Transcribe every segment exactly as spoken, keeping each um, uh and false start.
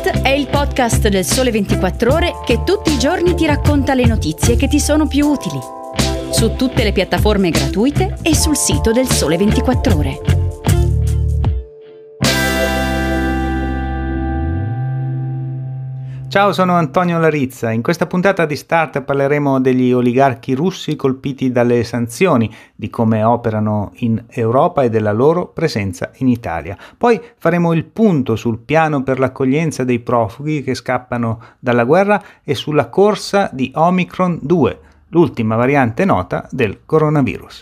Update è il podcast del Sole ventiquattro Ore che tutti i giorni ti racconta le notizie che ti sono più utili. Su tutte le piattaforme gratuite e sul sito del Sole ventiquattro Ore. Ciao, sono Antonio Larizza. In questa puntata di Start parleremo degli oligarchi russi colpiti dalle sanzioni, di come operano in Europa e della loro presenza in Italia. Poi faremo il punto sul piano per l'accoglienza dei profughi che scappano dalla guerra e sulla corsa di Omicron due, l'ultima variante nota del coronavirus.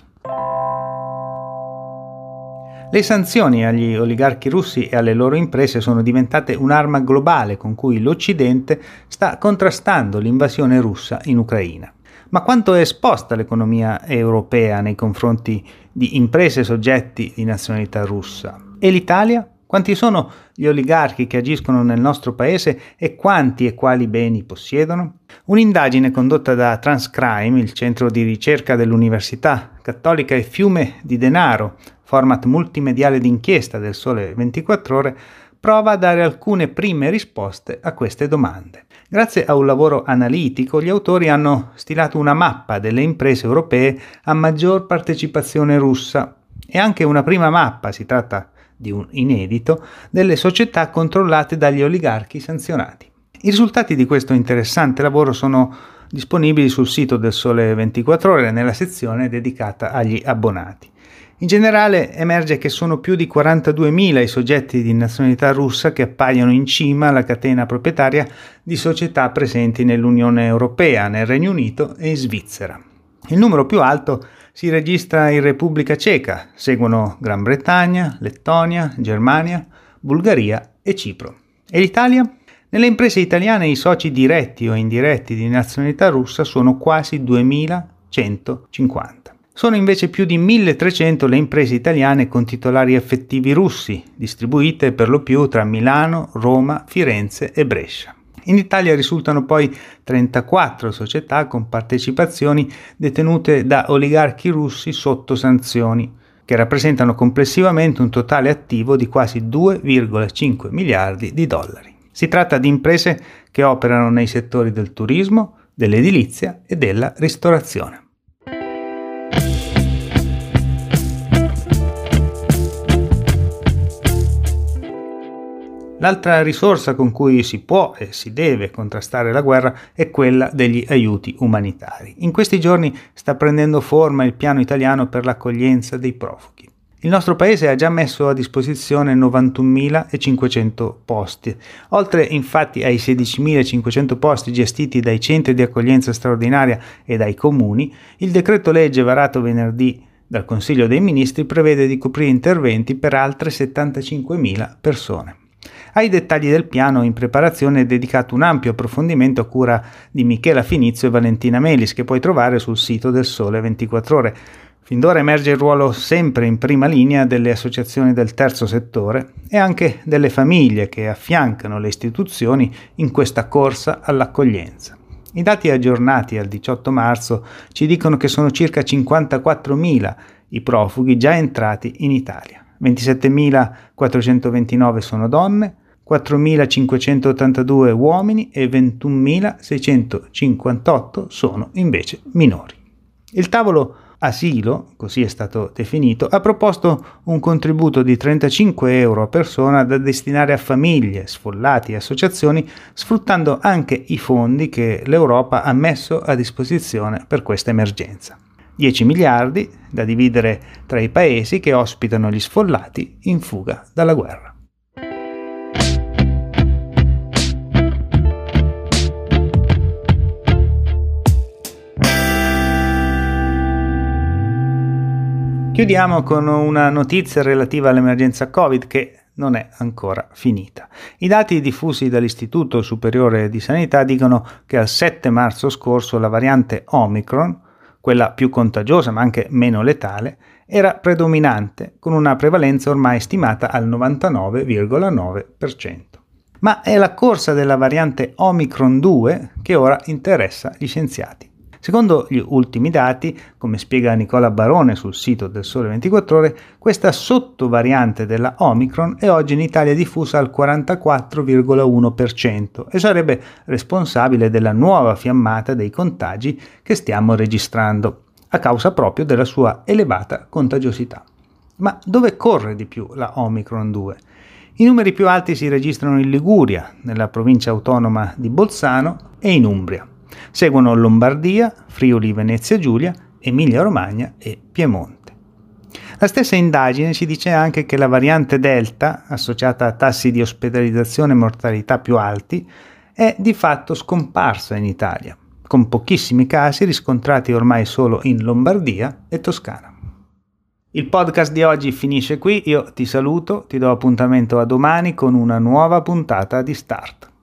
Le sanzioni agli oligarchi russi e alle loro imprese sono diventate un'arma globale con cui l'Occidente sta contrastando l'invasione russa in Ucraina. Ma quanto è esposta l'economia europea nei confronti di imprese soggetti di nazionalità russa? E l'Italia? Quanti sono gli oligarchi che agiscono nel nostro paese e quanti e quali beni possiedono? Un'indagine condotta da Transcrime, il centro di ricerca dell'Università Cattolica e Fiume di Denaro, format multimediale d'inchiesta del Sole ventiquattro Ore, prova a dare alcune prime risposte a queste domande. Grazie a un lavoro analitico, gli autori hanno stilato una mappa delle imprese europee a maggior partecipazione russa e anche una prima mappa, si tratta di un inedito, delle società controllate dagli oligarchi sanzionati. I risultati di questo interessante lavoro sono disponibili sul sito del Sole ventiquattro Ore nella sezione dedicata agli abbonati. In generale emerge che sono più di quarantaduemila i soggetti di nazionalità russa che appaiono in cima alla catena proprietaria di società presenti nell'Unione Europea, nel Regno Unito e in Svizzera. Il numero più alto si registra in Repubblica Ceca, seguono Gran Bretagna, Lettonia, Germania, Bulgaria e Cipro. E l'Italia? Nelle imprese italiane i soci diretti o indiretti di nazionalità russa sono quasi duemilacentocinquanta. Sono invece più di milletrecento le imprese italiane con titolari effettivi russi, distribuite per lo più tra Milano, Roma, Firenze e Brescia. In Italia risultano poi trentaquattro società con partecipazioni detenute da oligarchi russi sotto sanzioni, che rappresentano complessivamente un totale attivo di quasi due virgola cinque miliardi di dollari. Si tratta di imprese che operano nei settori del turismo, dell'edilizia e della ristorazione. L'altra risorsa con cui si può e si deve contrastare la guerra è quella degli aiuti umanitari. In questi giorni sta prendendo forma il piano italiano per l'accoglienza dei profughi. Il nostro paese ha già messo a disposizione novantunomilacinquecento posti. Oltre infatti ai sedicimilacinquecento posti gestiti dai centri di accoglienza straordinaria e dai comuni, il decreto legge varato venerdì dal Consiglio dei Ministri prevede di coprire interventi per altre settantacinquemila persone. Ai dettagli del piano in preparazione è dedicato un ampio approfondimento a cura di Michela Finizio e Valentina Melis, che puoi trovare sul sito del Sole ventiquattro Ore. Fin d'ora emerge il ruolo sempre in prima linea delle associazioni del terzo settore e anche delle famiglie che affiancano le istituzioni in questa corsa all'accoglienza. I dati aggiornati al diciotto marzo ci dicono che sono circa cinquantaquattromila i profughi già entrati in Italia. ventisettemilaquattrocentoventinove sono donne, quattromilacinquecentottantadue uomini e ventunomilaseicentocinquantotto sono invece minori. Il tavolo asilo, così è stato definito, ha proposto un contributo di trentacinque euro a persona da destinare a famiglie, sfollati e associazioni, sfruttando anche i fondi che l'Europa ha messo a disposizione per questa emergenza. dieci miliardi da dividere tra i paesi che ospitano gli sfollati in fuga dalla guerra. Chiudiamo con una notizia relativa all'emergenza Covid che non è ancora finita. I dati diffusi dall'Istituto Superiore di Sanità dicono che al sette marzo scorso la variante Omicron, quella più contagiosa ma anche meno letale, era predominante con una prevalenza ormai stimata al novantanove virgola nove per cento. Ma è la corsa della variante Omicron due che ora interessa gli scienziati. Secondo gli ultimi dati, come spiega Nicola Barone sul sito del Sole ventiquattro Ore, questa sottovariante della Omicron è oggi in Italia diffusa al quarantaquattro virgola uno per cento e sarebbe responsabile della nuova fiammata dei contagi che stiamo registrando, a causa proprio della sua elevata contagiosità. Ma dove corre di più la Omicron due? I numeri più alti si registrano in Liguria, nella provincia autonoma di Bolzano e in Umbria. Seguono Lombardia, Friuli Venezia Giulia, Emilia Romagna e Piemonte. La stessa indagine ci dice anche che la variante Delta, associata a tassi di ospedalizzazione e mortalità più alti, è di fatto scomparsa in Italia, con pochissimi casi riscontrati ormai solo in Lombardia e Toscana. Il podcast di oggi finisce qui, io ti saluto, ti do appuntamento a domani con una nuova puntata di Start.